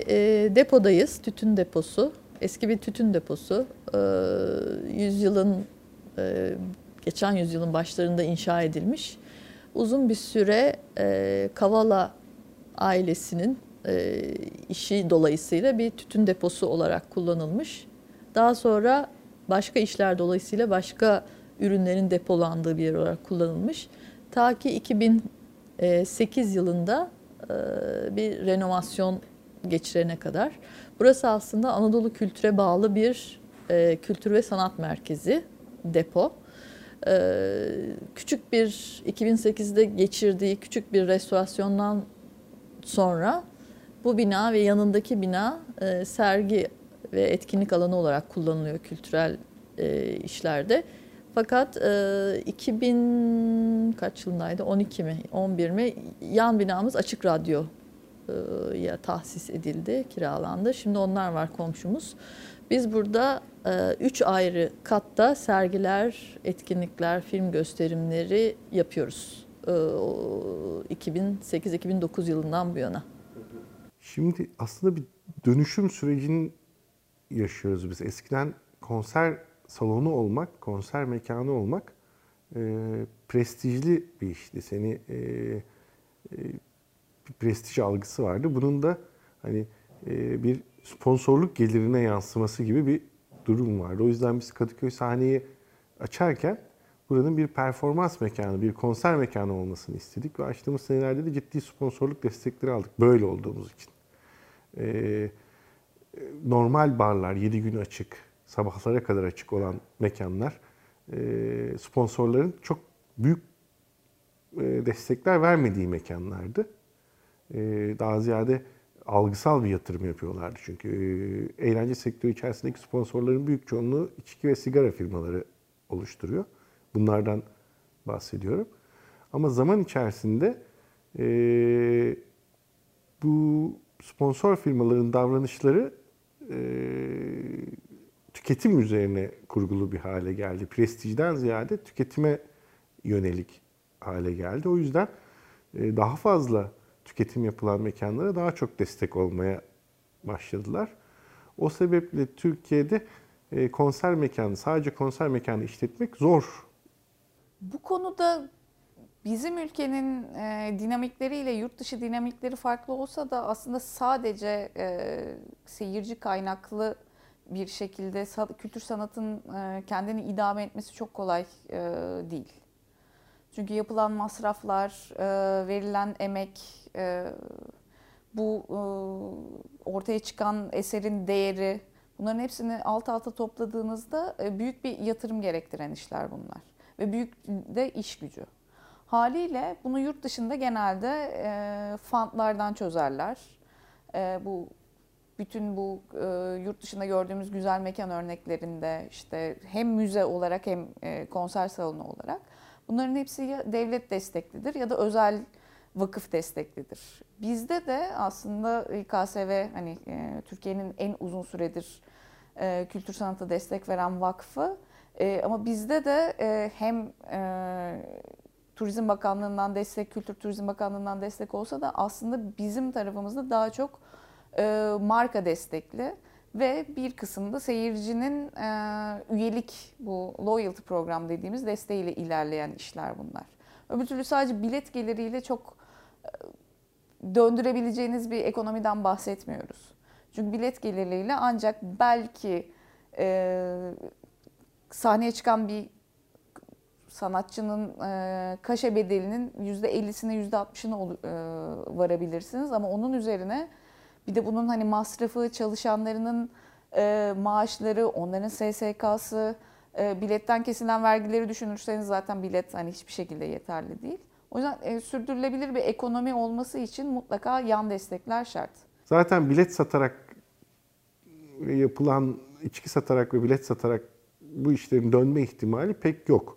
depodayız, tütün deposu. Eski bir tütün deposu. Geçen yüzyılın başlarında inşa edilmiş. Uzun bir süre Kavala ailesinin işi dolayısıyla bir tütün deposu olarak kullanılmış. Daha sonra başka işler dolayısıyla başka ürünlerin depolandığı bir yer olarak kullanılmış. Ta ki 2008 yılında bir renovasyon geçirene kadar. Burası aslında Anadolu kültüre bağlı bir kültür ve sanat merkezi, depo. Küçük bir 2008'de geçirdiği küçük bir restorasyondan sonra bu bina ve yanındaki bina sergi ve etkinlik alanı olarak kullanılıyor kültürel işlerde. Fakat 2000 kaç yılındaydı? 12 mi? 11 mi? Yan binamız Açık Radyo'ya tahsis edildi, kiralandı. Şimdi onlar var komşumuz. Biz burada 3 ayrı katta sergiler, etkinlikler, film gösterimleri yapıyoruz. 2008-2009 yılından bu yana. Şimdi aslında bir dönüşüm sürecini yaşıyoruz biz. Eskiden konser salonu olmak, konser mekanı olmak prestijli bir işti. Bir prestij algısı vardı. Bunun da hani bir sponsorluk gelirine yansıması gibi bir durum vardı. O yüzden biz Kadıköy sahneyi açarken buranın bir performans mekanı, bir konser mekanı olmasını istedik ve açtığımız senelerde de ciddi sponsorluk destekleri aldık böyle olduğumuz için. Normal barlar, 7 gün açık, sabahlara kadar açık olan mekanlar sponsorların çok büyük destekler vermediği mekanlardı. Daha ziyade algısal bir yatırım yapıyorlardı çünkü eğlence sektörü içerisindeki sponsorların büyük çoğunluğu içki ve sigara firmaları oluşturuyor. Bunlardan bahsediyorum. Ama zaman içerisinde bu sponsor firmaların davranışları tüketim üzerine kurgulu bir hale geldi. Prestijden ziyade tüketime yönelik hale geldi. O yüzden daha fazla tüketim yapılan mekanlara daha çok destek olmaya başladılar. O sebeple Türkiye'de konser mekanı, sadece konser mekanı işletmek zor. Bu konuda bizim ülkenin dinamikleriyle yurt dışı dinamikleri farklı olsa da aslında sadece seyirci kaynaklı bir şekilde kültür sanatın kendini idame etmesi çok kolay değil. Çünkü yapılan masraflar, verilen emek, bu ortaya çıkan eserin değeri, bunların hepsini alt alta topladığınızda büyük bir yatırım gerektiren işler bunlar. Ve büyük de iş gücü. Haliyle bunu yurt dışında genelde fondlardan çözerler. Bütün bu yurt dışında gördüğümüz güzel mekan örneklerinde işte hem müze olarak hem konser salonu olarak bunların hepsi ya devlet desteklidir ya da özel vakıf desteklidir. Bizde de aslında İKSV hani Türkiye'nin en uzun süredir kültür sanata destek veren vakfı ama bizde de hem Turizm Bakanlığı'ndan destek, Kültür Turizm Bakanlığı'ndan destek olsa da aslında bizim tarafımızda daha çok marka destekli ve bir kısımda seyircinin üyelik, bu loyalty program dediğimiz desteğiyle ilerleyen işler bunlar. Öbür türlü sadece bilet geliriyle çok döndürebileceğiniz bir ekonomiden bahsetmiyoruz. Çünkü bilet geliriyle ancak belki sahneye çıkan bir sanatçının kaşe bedelinin %50'sine %60'ına varabilirsiniz ama onun üzerine bir de bunun hani masrafı, çalışanlarının maaşları, onların SSK'sı, biletten kesilen vergileri düşünürseniz zaten bilet hani hiçbir şekilde yeterli değil. O yüzden sürdürülebilir bir ekonomi olması için mutlaka yan destekler şart. Zaten bilet satarak yapılan, içki satarak ve bilet satarak bu işlerin dönme ihtimali pek yok.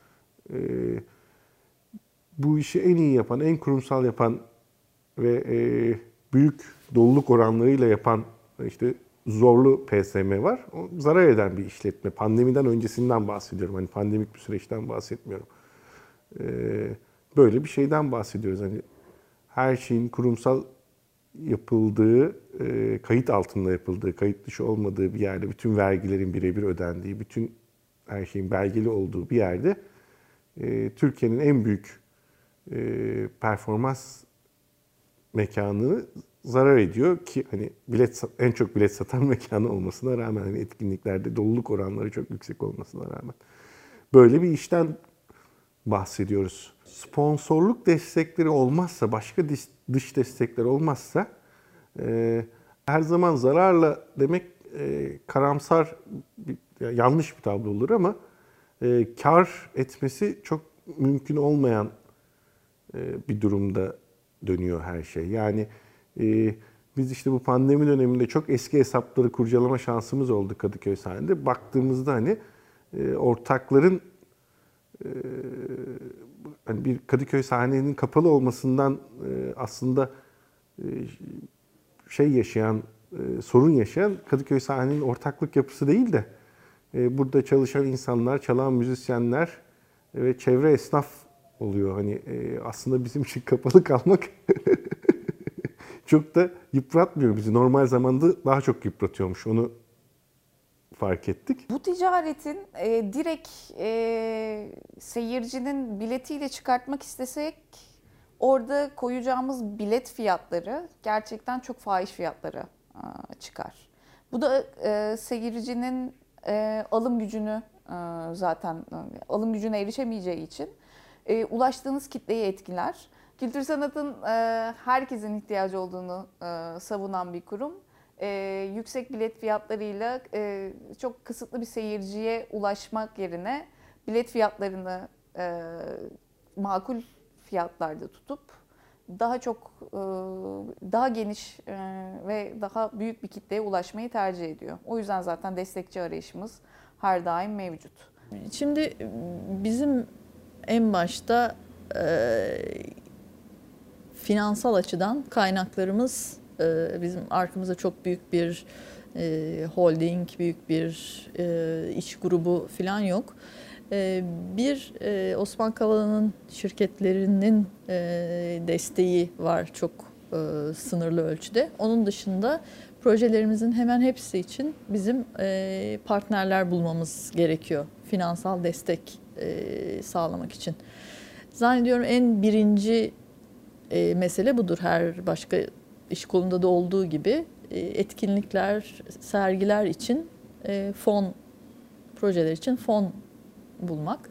Bu işi en iyi yapan, en kurumsal yapan ve büyük doluluk oranlarıyla yapan işte Zorlu PSM var. O zarar eden bir işletme. Pandemiden öncesinden bahsediyorum. Hani pandemik bir süreçten bahsetmiyorum. Böyle bir şeyden bahsediyoruz. Hani her şeyin kurumsal yapıldığı, kayıt altında yapıldığı, kayıt dışı olmadığı bir yerde, bütün vergilerin birebir ödendiği, bütün her şeyin belgeli olduğu bir yerde Türkiye'nin en büyük performans mekanı zarar ediyor ki hani en çok bilet satan mekanı olmasına rağmen, hani etkinliklerde doluluk oranları çok yüksek olmasına rağmen böyle bir işten bahsediyoruz. Sponsorluk destekleri olmazsa, başka dış destekler olmazsa her zaman zararla demek karamsar, yanlış bir tablo olur ama kar etmesi çok mümkün olmayan bir durumda dönüyor her şey. Yani biz işte bu pandemi döneminde çok eski hesapları kurcalama şansımız oldu Kadıköy sahnede. Baktığımızda hani ortakların hani bir Kadıköy sahnenin kapalı olmasından aslında sorun yaşayan Kadıköy sahnenin ortaklık yapısı değil de burada çalışan insanlar, çalan müzisyenler ve çevre esnaf oluyor. Hani aslında bizim için kapalı kalmak çok da yıpratmıyor bizi. Normal zamanda daha çok yıpratıyormuş. Onu fark ettik. Bu ticaretin direkt seyircinin biletiyle çıkartmak istesek orada koyacağımız bilet fiyatları gerçekten çok fahiş fiyatlara çıkar. Bu da seyircinin alım gücünü zaten alım gücüne erişemeyeceği için ulaştığınız kitleyi etkiler. Kültür sanatın herkesin ihtiyacı olduğunu savunan bir kurum. Yüksek bilet fiyatlarıyla çok kısıtlı bir seyirciye ulaşmak yerine bilet fiyatlarını makul fiyatlarda tutup daha çok daha geniş ve daha büyük bir kitleye ulaşmayı tercih ediyor. O yüzden zaten destekçi arayışımız her daim mevcut. Şimdi bizim en başta finansal açıdan kaynaklarımız, bizim arkamızda çok büyük bir holding, büyük bir iş grubu falan yok. Bir Osman Kavala'nın şirketlerinin desteği var çok sınırlı ölçüde. Onun dışında projelerimizin hemen hepsi için bizim partnerler bulmamız gerekiyor finansal destek sağlamak için. Zannediyorum en birinci mesele budur, her başka iş kolunda da olduğu gibi. Etkinlikler, sergiler için projeler için fon bulmak.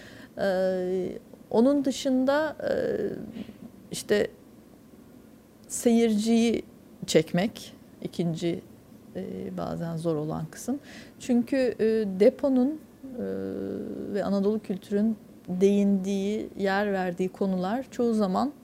Onun dışında işte seyirciyi çekmek ikinci bazen zor olan kısım. Çünkü deponun ve Anadolu Kültür'ün değindiği, yer verdiği konular çoğu zaman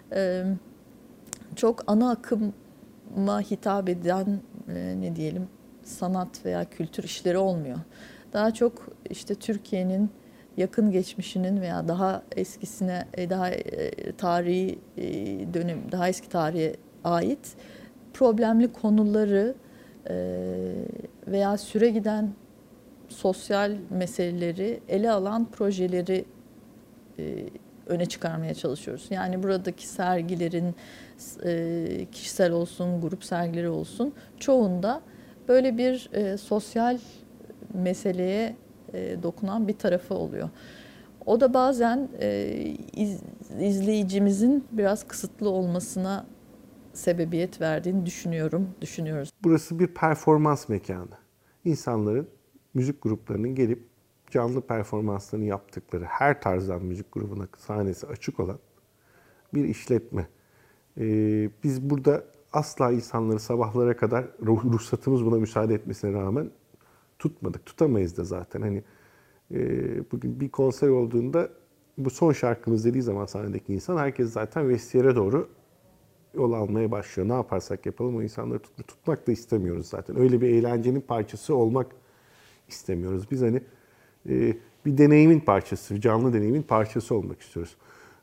çok ana akıma hitap eden ne diyelim sanat veya kültür işleri olmuyor. Daha çok işte Türkiye'nin yakın geçmişinin veya daha eskisine, daha tarihi dönem, daha eski tarihe ait problemli konuları veya süre giden sosyal meseleleri ele alan projeleri öne çıkarmaya çalışıyoruz. Yani buradaki sergilerin kişisel olsun, grup sergileri olsun çoğunda böyle bir sosyal meseleye dokunan bir tarafı oluyor. O da bazen izleyicimizin biraz kısıtlı olmasına sebebiyet verdiğini düşünüyoruz. Burası bir performans mekanı. İnsanların, müzik gruplarının gelip canlı performanslarını yaptıkları her tarzdan müzik grubuna sahnesi açık olan bir işletme. Biz burada asla insanları sabahlara kadar ruhsatımız buna müsaade etmesine rağmen tutmadık. Tutamayız da zaten. Hani bugün bir konser olduğunda bu son şarkımız dediği zaman sahnedeki insan herkes zaten vestiyere doğru yol almaya başlıyor. Ne yaparsak yapalım o insanları tutmak da istemiyoruz zaten. Öyle bir eğlencenin parçası olmak istemiyoruz. Biz hani bir deneyimin parçası, canlı deneyimin parçası olmak istiyoruz.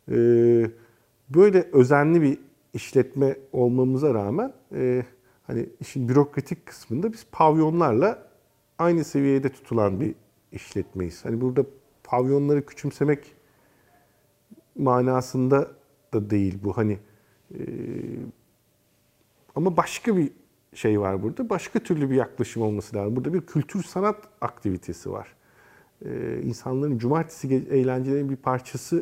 Böyle özenli bir işletme olmamıza rağmen hani işin bürokratik kısmında biz pavyonlarla aynı seviyede tutulan bir işletmeyiz. Hani burada pavyonları küçümsemek manasında da değil bu. Hani Ama başka bir şey var burada. Başka türlü bir yaklaşım olması lazım. Burada bir kültür sanat aktivitesi var. İnsanların cumartesi eğlencelerinin bir parçası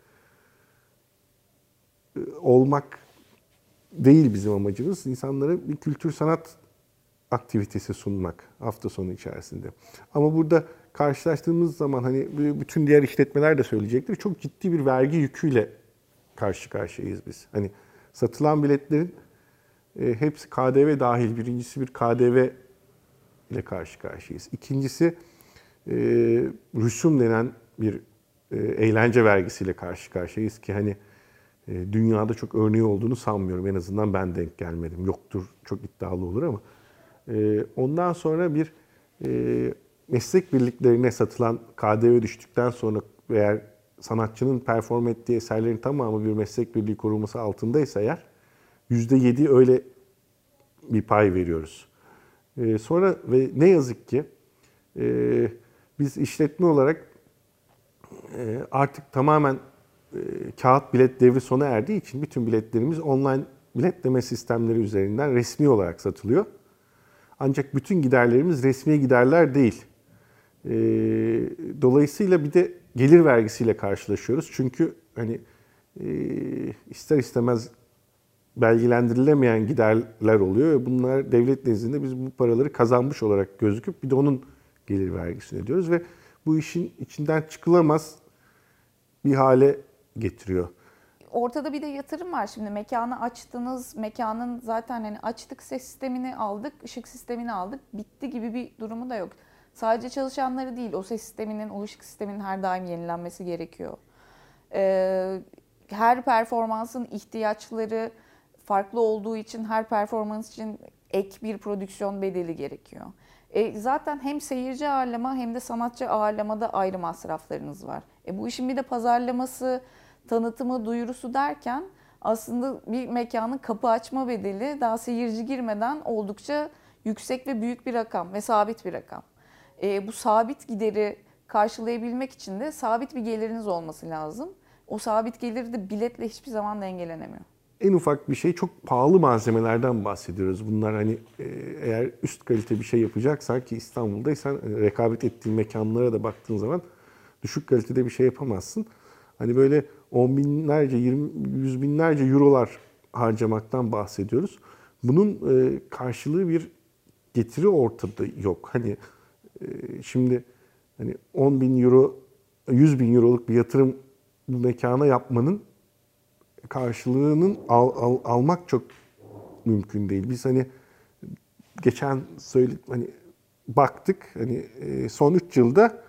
olmak değil bizim amacımız. İnsanlara bir kültür sanat aktivitesi sunmak hafta sonu içerisinde. Ama burada karşılaştığımız zaman hani bütün diğer işletmeler de söyleyecektir. Çok ciddi bir vergi yüküyle karşı karşıyayız biz. Hani satılan biletlerin hepsi KDV dahil. Birincisi bir KDV ile karşı karşıyayız. İkincisi rüsum denen bir eğlence vergisiyle karşı karşıyayız ki hani dünyada çok örneği olduğunu sanmıyorum. En azından ben denk gelmedim. Yoktur, çok iddialı olur ama. Ondan sonra bir meslek birliklerine satılan KDV düştükten sonra eğer sanatçının perform ettiği eserlerin tamamı bir meslek birliği koruması altındaysa eğer %7 öyle bir pay veriyoruz. Sonra ve ne yazık ki biz işletme olarak artık tamamen kağıt bilet devri sona erdiği için bütün biletlerimiz online biletleme sistemleri üzerinden resmi olarak satılıyor. Ancak bütün giderlerimiz resmi giderler değil. Dolayısıyla bir de gelir vergisiyle karşılaşıyoruz. Çünkü hani ister istemez belgelendirilemeyen giderler oluyor ve bunlar devlet nezdinde biz bu paraları kazanmış olarak gözüküp bir de onun gelir vergisini ödüyoruz ve bu işin içinden çıkılamaz bir hale getiriyor. Ortada bir de yatırım var. Şimdi mekanı açtınız, mekanın zaten hani açtık, ses sistemini aldık, ışık sistemini aldık, bitti gibi bir durumu da yok. Sadece çalışanları değil, o ses sisteminin, o ışık sisteminin her daim yenilenmesi gerekiyor. Her performansın ihtiyaçları farklı olduğu için her performans için ek bir prodüksiyon bedeli gerekiyor. Zaten hem seyirci ağırlama hem de sanatçı ağırlamada ayrı masraflarınız var. Bu işin bir de pazarlaması, tanıtımı, duyurusu derken aslında bir mekanın kapı açma bedeli daha seyirci girmeden oldukça yüksek ve büyük bir rakam ve sabit bir rakam. Bu sabit gideri karşılayabilmek için de sabit bir geliriniz olması lazım. O sabit geliri de biletle hiçbir zaman dengelenemiyor. En ufak bir şey, çok pahalı malzemelerden bahsediyoruz. Bunlar hani eğer üst kalite bir şey yapacaksan ki İstanbul'daysan rekabet ettiğin mekanlara da baktığın zaman düşük kalitede bir şey yapamazsın. Hani böyle 10 binlerce, 100 binlerce eurolar harcamaktan bahsediyoruz. Bunun karşılığı bir getiri ortada yok. Hani şimdi hani 10 bin euro, 100 bin euroluk bir yatırım bu mekana yapmanın karşılığının almak çok mümkün değil. Biz hani geçen hani baktık hani son 3 yılda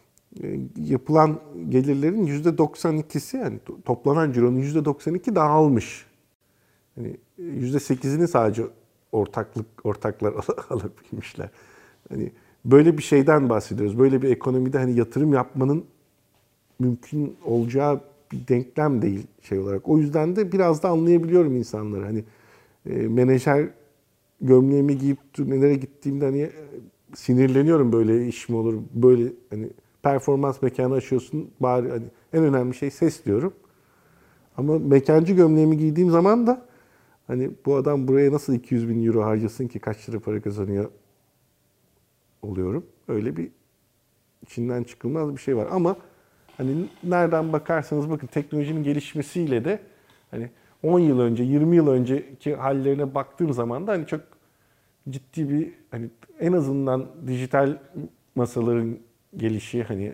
yapılan gelirlerin %92'si yani toplanan cironun %92 dağılmış. Hani %8'ini sadece ortaklar alabilmişler. Hani böyle bir şeyden bahsediyoruz. Böyle bir ekonomide hani yatırım yapmanın mümkün olacağı bir denklem değil şey olarak. O yüzden de biraz da anlayabiliyorum insanları. Hani menajer gömleğimi giyip turnelere gittiğimde hani sinirleniyorum, böyle iş mi olur, böyle hani performans mekanı açıyorsun bari hani en önemli şey ses diyorum. Ama mekancı gömleğimi giydiğim zaman da hani bu adam buraya nasıl 200 bin euro harcasın ki kaç lira para kazanıyor oluyorum. Öyle bir içinden çıkılmaz bir şey var ama hani nereden bakarsanız bakın teknolojinin gelişmesiyle de hani 10 yıl önce, 20 yıl önceki hallerine baktığım zaman da hani çok ciddi bir hani en azından dijital masaların gelişi hani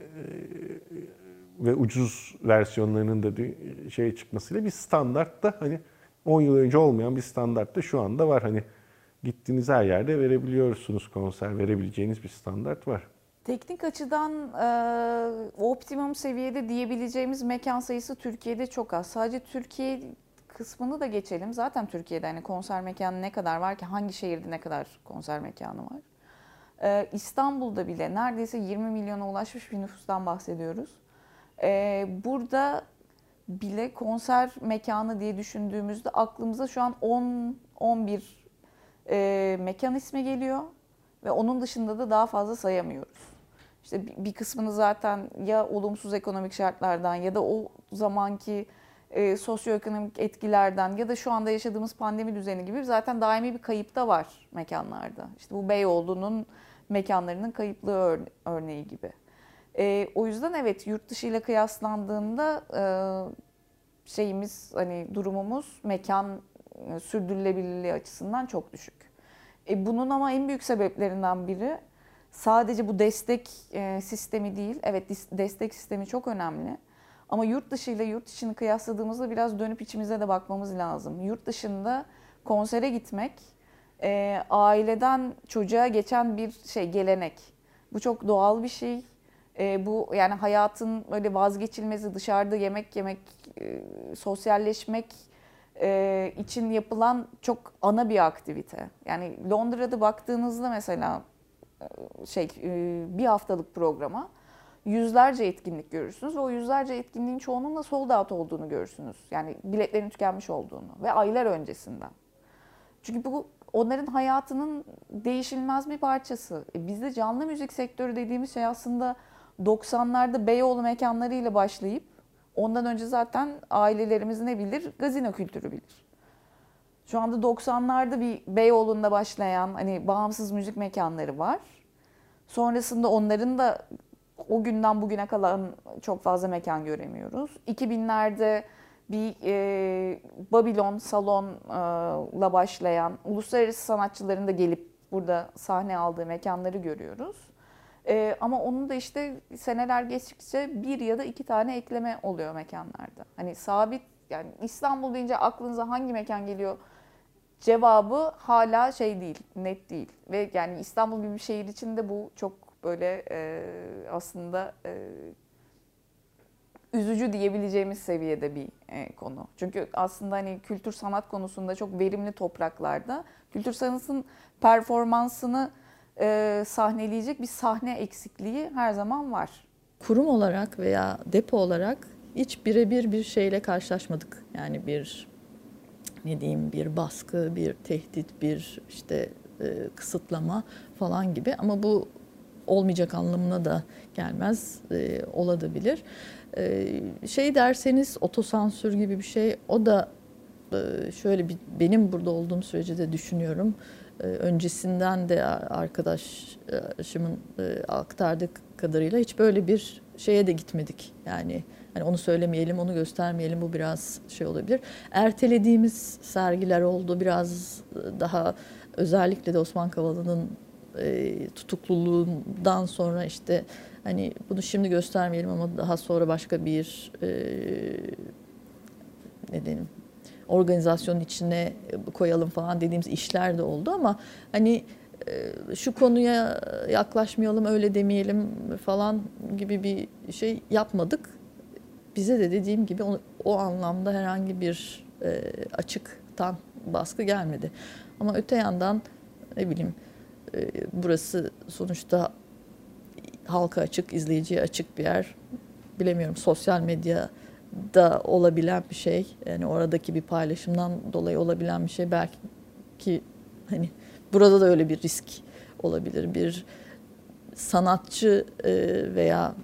ve ucuz versiyonlarının da şey çıkmasıyla bir standart da hani 10 yıl önce olmayan bir standart da şu anda var. Hani gittiğiniz her yerde verebiliyorsunuz, konser verebileceğiniz bir standart var. Teknik açıdan optimum seviyede diyebileceğimiz mekan sayısı Türkiye'de çok az. Sadece Türkiye kısmını da geçelim. Zaten Türkiye'de hani konser mekanı ne kadar var ki, hangi şehirde ne kadar konser mekanı var? İstanbul'da bile neredeyse 20 milyona ulaşmış bir nüfustan bahsediyoruz. Burada bile konser mekanı diye düşündüğümüzde aklımıza şu an 10-11 mekan ismi geliyor ve onun dışında da daha fazla sayamıyoruz. İşte bir kısmını zaten ya olumsuz ekonomik şartlardan ya da o zamanki sosyoekonomik etkilerden ya da şu anda yaşadığımız pandemi düzeni gibi zaten daimi bir kayıp da var mekanlarda. İşte bu Beyoğlu'nun mekanlarının kayıplığı örneği gibi. O yüzden evet, yurt dışı ile kıyaslandığında hani durumumuz mekan sürdürülebilirliği açısından çok düşük. Bunun ama en büyük sebeplerinden biri sadece bu destek sistemi değil. Evet, destek sistemi çok önemli. Ama yurt dışı ile yurt içini kıyasladığımızda biraz dönüp içimize de bakmamız lazım. Yurt dışında konsere gitmek aileden çocuğa geçen bir gelenek. Bu çok doğal bir şey. Bu yani hayatın öyle vazgeçilmezi, dışarıda yemek yemek, sosyalleşmek için yapılan çok ana bir aktivite. Yani Londra'da baktığınızda mesela bir haftalık programa yüzlerce etkinlik görürsünüz ve o yüzlerce etkinliğin çoğunun da sold out olduğunu görürsünüz. Yani biletlerin tükenmiş olduğunu ve aylar öncesinden. Çünkü bu onların hayatının değişilmez bir parçası. Bizde canlı müzik sektörü dediğimiz şey aslında 90'larda Beyoğlu mekanlarıyla başlayıp ondan önce zaten ailelerimiz ne bilir? Gazino kültürü bilir. Şu anda 90'larda bir Beyoğlu'nda başlayan hani bağımsız müzik mekanları var. Sonrasında onların da o günden bugüne kalan çok fazla mekan göremiyoruz. 2000'lerde bir Babylon salonla başlayan uluslararası sanatçıların da gelip burada sahne aldığı mekanları görüyoruz. Ama onun da işte seneler geçtikçe bir ya da iki tane ekleme oluyor mekanlarda. Hani sabit, yani İstanbul deyince aklınıza hangi mekan geliyor? Cevabı hala değil, net değil. Ve yani İstanbul gibi bir şehir içinde bu çok böyle aslında üzücü diyebileceğimiz seviyede bir konu. Çünkü aslında hani kültür sanat konusunda çok verimli topraklarda kültür sanatın performansını sahneleyecek bir sahne eksikliği her zaman var. Kurum olarak veya depo olarak hiç birebir bir şeyle karşılaşmadık. Yani bir bir baskı, bir tehdit, bir kısıtlama falan gibi, ama bu olmayacak anlamına da gelmez, olabilir. Derseniz otosansür gibi bir şey, o da benim burada olduğum sürece de düşünüyorum. Öncesinden de arkadaşımın aktardığı kadarıyla hiç böyle bir şeye de gitmedik. Yani hani onu söylemeyelim, onu göstermeyelim, bu biraz olabilir. Ertelediğimiz sergiler oldu. Biraz daha özellikle de Osman Kavala'nın tutukluluğundan sonra hani bunu şimdi göstermeyelim ama daha sonra başka bir organizasyonun içine koyalım falan dediğimiz işler de oldu, ama hani şu konuya yaklaşmayalım, öyle demeyelim falan gibi bir şey yapmadık. Bize de dediğim gibi o anlamda herhangi bir açıktan baskı gelmedi. Ama öte yandan burası sonuçta halka açık, izleyiciye açık bir yer. Bilemiyorum, sosyal medyada olabilen bir şey. Yani oradaki bir paylaşımdan dolayı olabilen bir şey. Belki hani burada da öyle bir risk olabilir. Bir sanatçı veya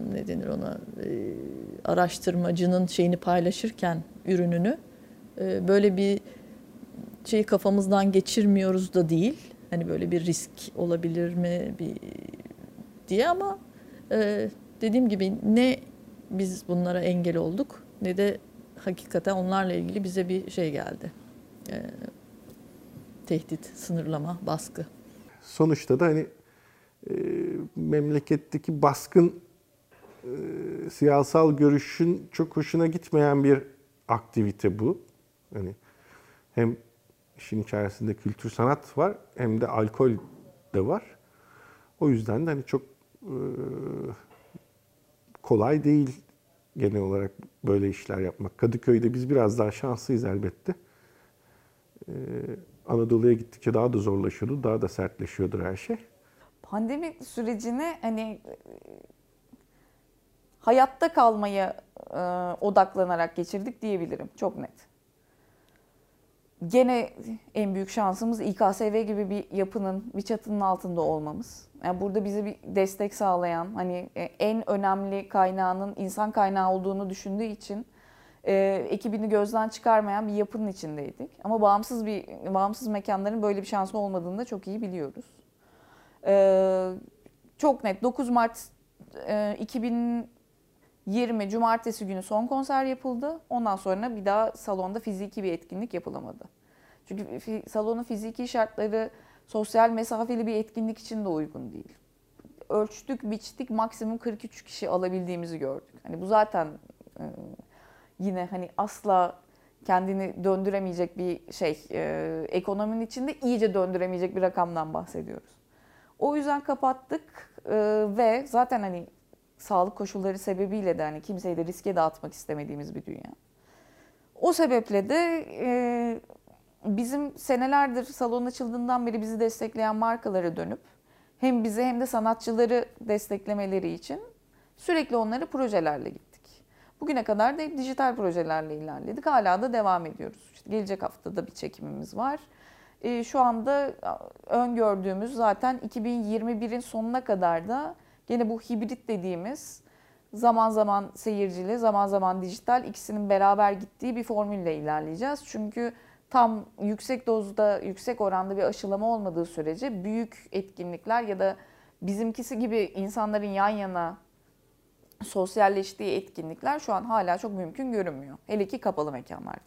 araştırmacının şeyini paylaşırken, ürününü, böyle bir şeyi kafamızdan geçirmiyoruz da değil. Hani böyle bir risk olabilir mi diye, ama dediğim gibi ne biz bunlara engel olduk ne de hakikaten onlarla ilgili bize bir şey geldi. Tehdit, sınırlama, baskı. Sonuçta da hani memleketteki baskın siyasal görüşün çok hoşuna gitmeyen bir aktivite bu. Hani hem işin içerisinde kültür sanat var hem de alkol de var. O yüzden de hani çok kolay değil genel olarak böyle işler yapmak. Kadıköy'de biz biraz daha şanslıyız elbette. Anadolu'ya gittikçe daha da zorlaşıyordu, daha da sertleşiyordur her şey. Pandemi sürecine hani hayatta kalmaya odaklanarak geçirdik diyebilirim. Çok net. Gene en büyük şansımız İKSV gibi bir yapının, bir çatının altında olmamız. Yani burada bize bir destek sağlayan, hani en önemli kaynağının insan kaynağı olduğunu düşündüğü için ekibini gözden çıkarmayan bir yapının içindeydik. Ama bağımsız mekanların böyle bir şansı olmadığını da çok iyi biliyoruz. Çok net 9 Mart 2020 Cumartesi günü son konser yapıldı. Ondan sonra bir daha salonda fiziki bir etkinlik yapılamadı. Çünkü salonun fiziki şartları sosyal mesafeli bir etkinlik için de uygun değil. Ölçtük, biçtik, maksimum 43 kişi alabildiğimizi gördük. Hani bu zaten yine hani asla kendini döndüremeyecek bir şey, ekonominin içinde iyice döndüremeyecek bir rakamdan bahsediyoruz. O yüzden kapattık ve zaten hani sağlık koşulları sebebiyle de hani kimseyi de riske de atmak istemediğimiz bir dünya. O sebeple de bizim senelerdir salon açıldığından beri bizi destekleyen markalara dönüp hem bizi hem de sanatçıları desteklemeleri için sürekli onlara projelerle gittik. Bugüne kadar da hep dijital projelerle ilerledik. Hala da devam ediyoruz. İşte gelecek haftada bir çekimimiz var. Şu anda öngördüğümüz zaten 2021'in sonuna kadar da gene bu hibrit dediğimiz zaman zaman seyircili, zaman zaman dijital ikisinin beraber gittiği bir formülle ilerleyeceğiz. Çünkü tam yüksek dozda, yüksek oranda bir aşılama olmadığı sürece büyük etkinlikler ya da bizimkisi gibi insanların yan yana sosyalleştiği etkinlikler şu an hala çok mümkün görünmüyor. Hele ki kapalı mekanlarda.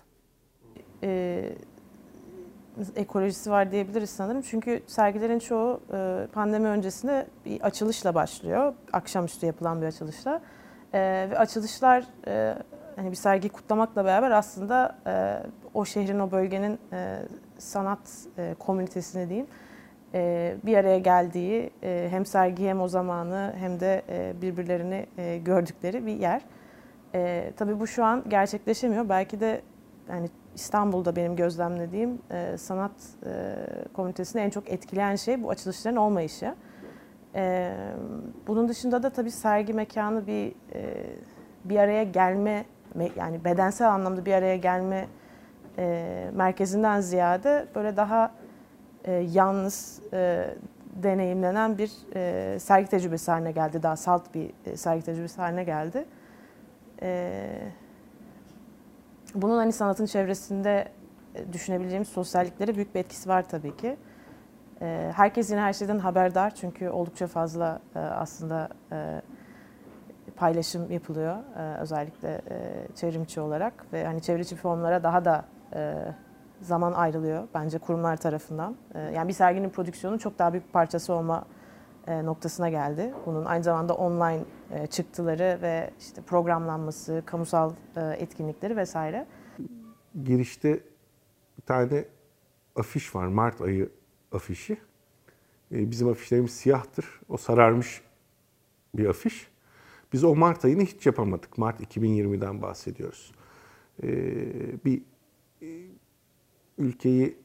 Ekolojisi var diyebiliriz sanırım. Çünkü sergilerin çoğu pandemi öncesinde bir açılışla başlıyor. Akşamüstü yapılan bir açılışla. Ve açılışlar hani bir sergiyi kutlamakla beraber aslında o şehrin, o bölgenin sanat komünitesini diyeyim bir araya geldiği hem sergi hem o zamanı hem de birbirlerini gördükleri bir yer. Tabii bu şu an gerçekleşemiyor. Belki de yani İstanbul'da benim gözlemlediğim sanat komünitesini en çok etkileyen şey bu açılışların olmayışı. Bunun dışında da tabii sergi mekanı bir araya gelme, yani bedensel anlamda bir araya gelme merkezinden ziyade böyle daha yalnız deneyimlenen bir sergi tecrübesi haline geldi. Daha salt bir sergi tecrübesi haline geldi. Bunun hani sanatın çevresinde düşünebileceğimiz sosyalliklere büyük bir etkisi var tabii ki. Herkes yine her şeyden haberdar çünkü oldukça fazla aslında paylaşım yapılıyor özellikle çevrimiçi olarak ve hani çevrimiçi formlara daha da zaman ayrılıyor bence kurumlar tarafından. Yani bir serginin prodüksiyonu çok daha büyük bir parçası olma noktasına geldi. Bunun aynı zamanda online çıktıları ve işte programlanması, kamusal etkinlikleri vesaire. Girişte bir tane afiş var, Mart ayı afişi. Bizim afişlerimiz siyahtır. O sararmış bir afiş. Biz o Mart ayını hiç yapamadık. Mart 2020'den bahsediyoruz. Bir ülkeyi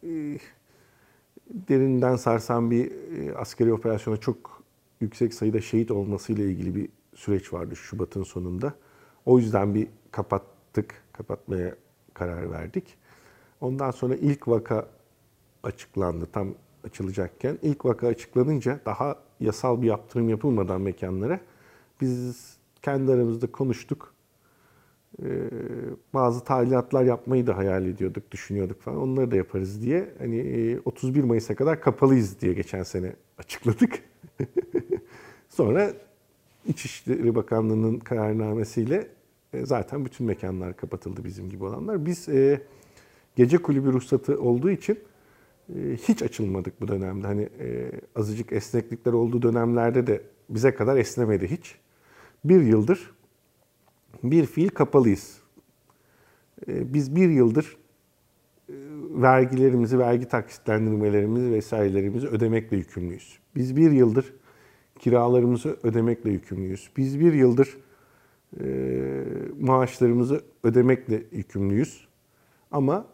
derinden sarsan bir askeri operasyona çok yüksek sayıda şehit olmasıyla ilgili bir süreç vardı Şubat'ın sonunda. O yüzden bir kapatmaya karar verdik. Ondan sonra ilk vaka açıklandı tam açılacakken. İlk vaka açıklanınca daha yasal bir yaptırım yapılmadan mekanlara biz kendi aramızda konuştuk. Bazı tadilatlar yapmayı da hayal ediyorduk, düşünüyorduk falan. Onları da yaparız diye. Hani 31 Mayıs'a kadar kapalıyız diye geçen sene açıkladık. Sonra İçişleri Bakanlığı'nın kararnamesiyle zaten bütün mekanlar kapatıldı bizim gibi olanlar. Biz gece kulübü ruhsatı olduğu için hiç açılmadık bu dönemde. Hani azıcık esneklikler olduğu dönemlerde de bize kadar esnemedi hiç. Bir yıldır bir fiil kapalıyız. Biz bir yıldır vergilerimizi, vergi taksitlendirmelerimizi vesairelerimizi ödemekle yükümlüyüz. Biz bir yıldır kiralarımızı ödemekle yükümlüyüz. Biz bir yıldır maaşlarımızı ödemekle yükümlüyüz. Ama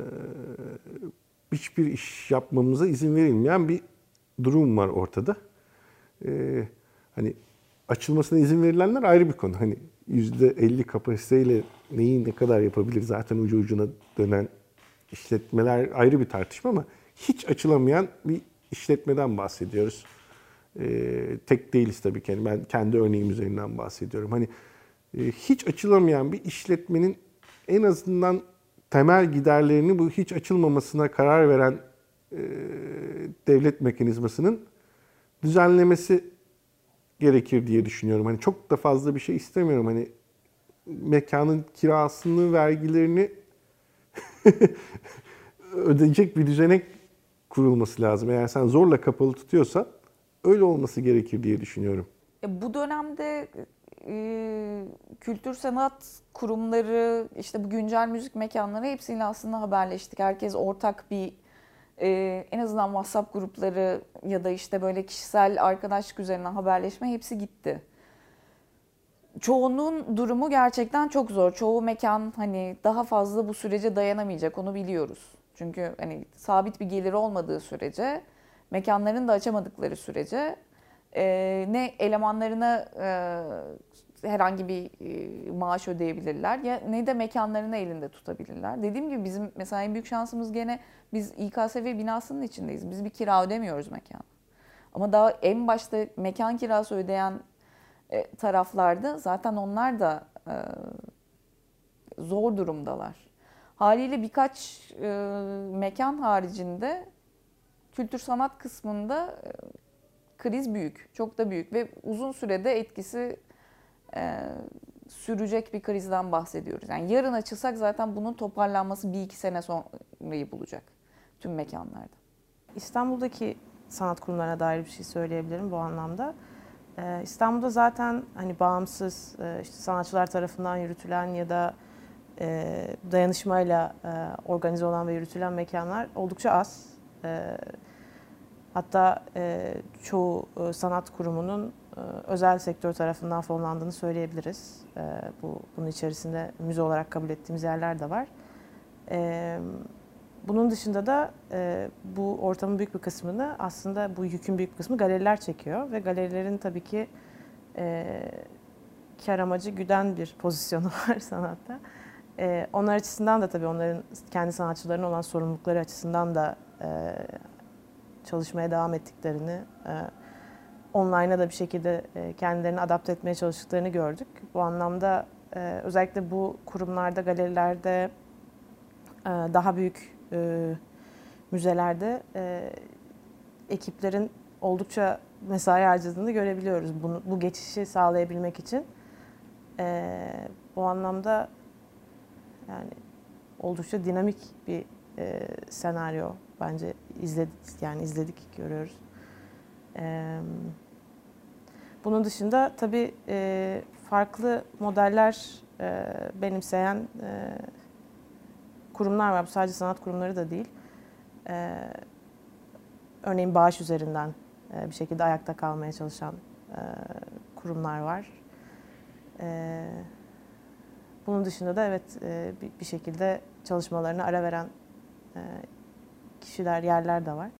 hiçbir iş yapmamıza izin verilmeyen bir durum var ortada. Hani açılmasına izin verilenler ayrı bir konu. Hani %50 kapasiteyle neyi ne kadar yapabilir zaten ucu ucuna dönen işletmeler ayrı bir tartışma ama hiç açılamayan bir işletmeden bahsediyoruz. Tek değiliz tabii ki. Yani ben kendi örneğim üzerinden bahsediyorum. Hani hiç açılamayan bir işletmenin en azından temel giderlerini bu hiç açılmamasına karar veren devlet mekanizmasının düzenlemesi gerekir diye düşünüyorum. Hani çok da fazla bir şey istemiyorum. Hani mekanın kirasını, vergilerini ödeyecek bir düzenek kurulması lazım. Eğer sen zorla kapalı tutuyorsan öyle olması gerekir diye düşünüyorum. Bu dönemde kültür sanat kurumları, işte bu güncel müzik mekanları hepsiyle aslında haberleştik. Herkes ortak bir en azından WhatsApp grupları ya da işte böyle kişisel arkadaşlık üzerinden haberleşme hepsi gitti. Çoğunun durumu gerçekten çok zor. Çoğu mekan hani daha fazla bu sürece dayanamayacak, onu biliyoruz. Çünkü hani sabit bir gelir olmadığı sürece, mekanların da açamadıkları sürece ne elemanlarına herhangi bir maaş ödeyebilirler ya ne de mekanlarını elinde tutabilirler. Dediğim gibi bizim mesela en büyük şansımız gene biz İKSV binasının içindeyiz. Biz bir kira ödemiyoruz mekan. Ama daha en başta mekan kirası ödeyen taraflarda zaten onlar da zor durumdalar. Haliyle birkaç mekan haricinde kültür sanat kısmında kriz büyük, çok da büyük ve uzun sürede etkisi sürecek bir krizden bahsediyoruz. Yani yarın açılsak zaten bunun toparlanması 1-2 sene sonrayı bulacak tüm mekanlarda. İstanbul'daki sanat kurumlarına dair bir şey söyleyebilirim bu anlamda. İstanbul'da zaten hani bağımsız işte sanatçılar tarafından yürütülen ya da dayanışmayla organize olan ve yürütülen mekanlar oldukça az. Hatta çoğu sanat kurumunun özel sektör tarafından fonlandığını söyleyebiliriz. Bunun içerisinde müze olarak kabul ettiğimiz yerler de var. Bunun dışında da bu ortamın büyük bir kısmını aslında bu yükün büyük bir kısmı galeriler çekiyor ve galerilerin tabii ki kar amacı güden bir pozisyonu var sanatta. Onlar açısından da tabii onların kendi sanatçılarına olan sorumlulukları açısından da çalışmaya devam ettiklerini, online'a da bir şekilde kendilerini adapte etmeye çalıştıklarını gördük. Bu anlamda özellikle bu kurumlarda, galerilerde, daha büyük müzelerde ekiplerin oldukça mesai harcadığını görebiliyoruz bu geçişi sağlayabilmek için. Bu anlamda yani oldukça dinamik bir senaryo bence izledik, görüyoruz. Bunun dışında tabii farklı modeller benimseyen kurumlar var. Bu sadece sanat kurumları da değil. Örneğin bağış üzerinden bir şekilde ayakta kalmaya çalışan kurumlar var. Bunun dışında da evet bir şekilde çalışmalarına ara veren kişiler, yerler de var.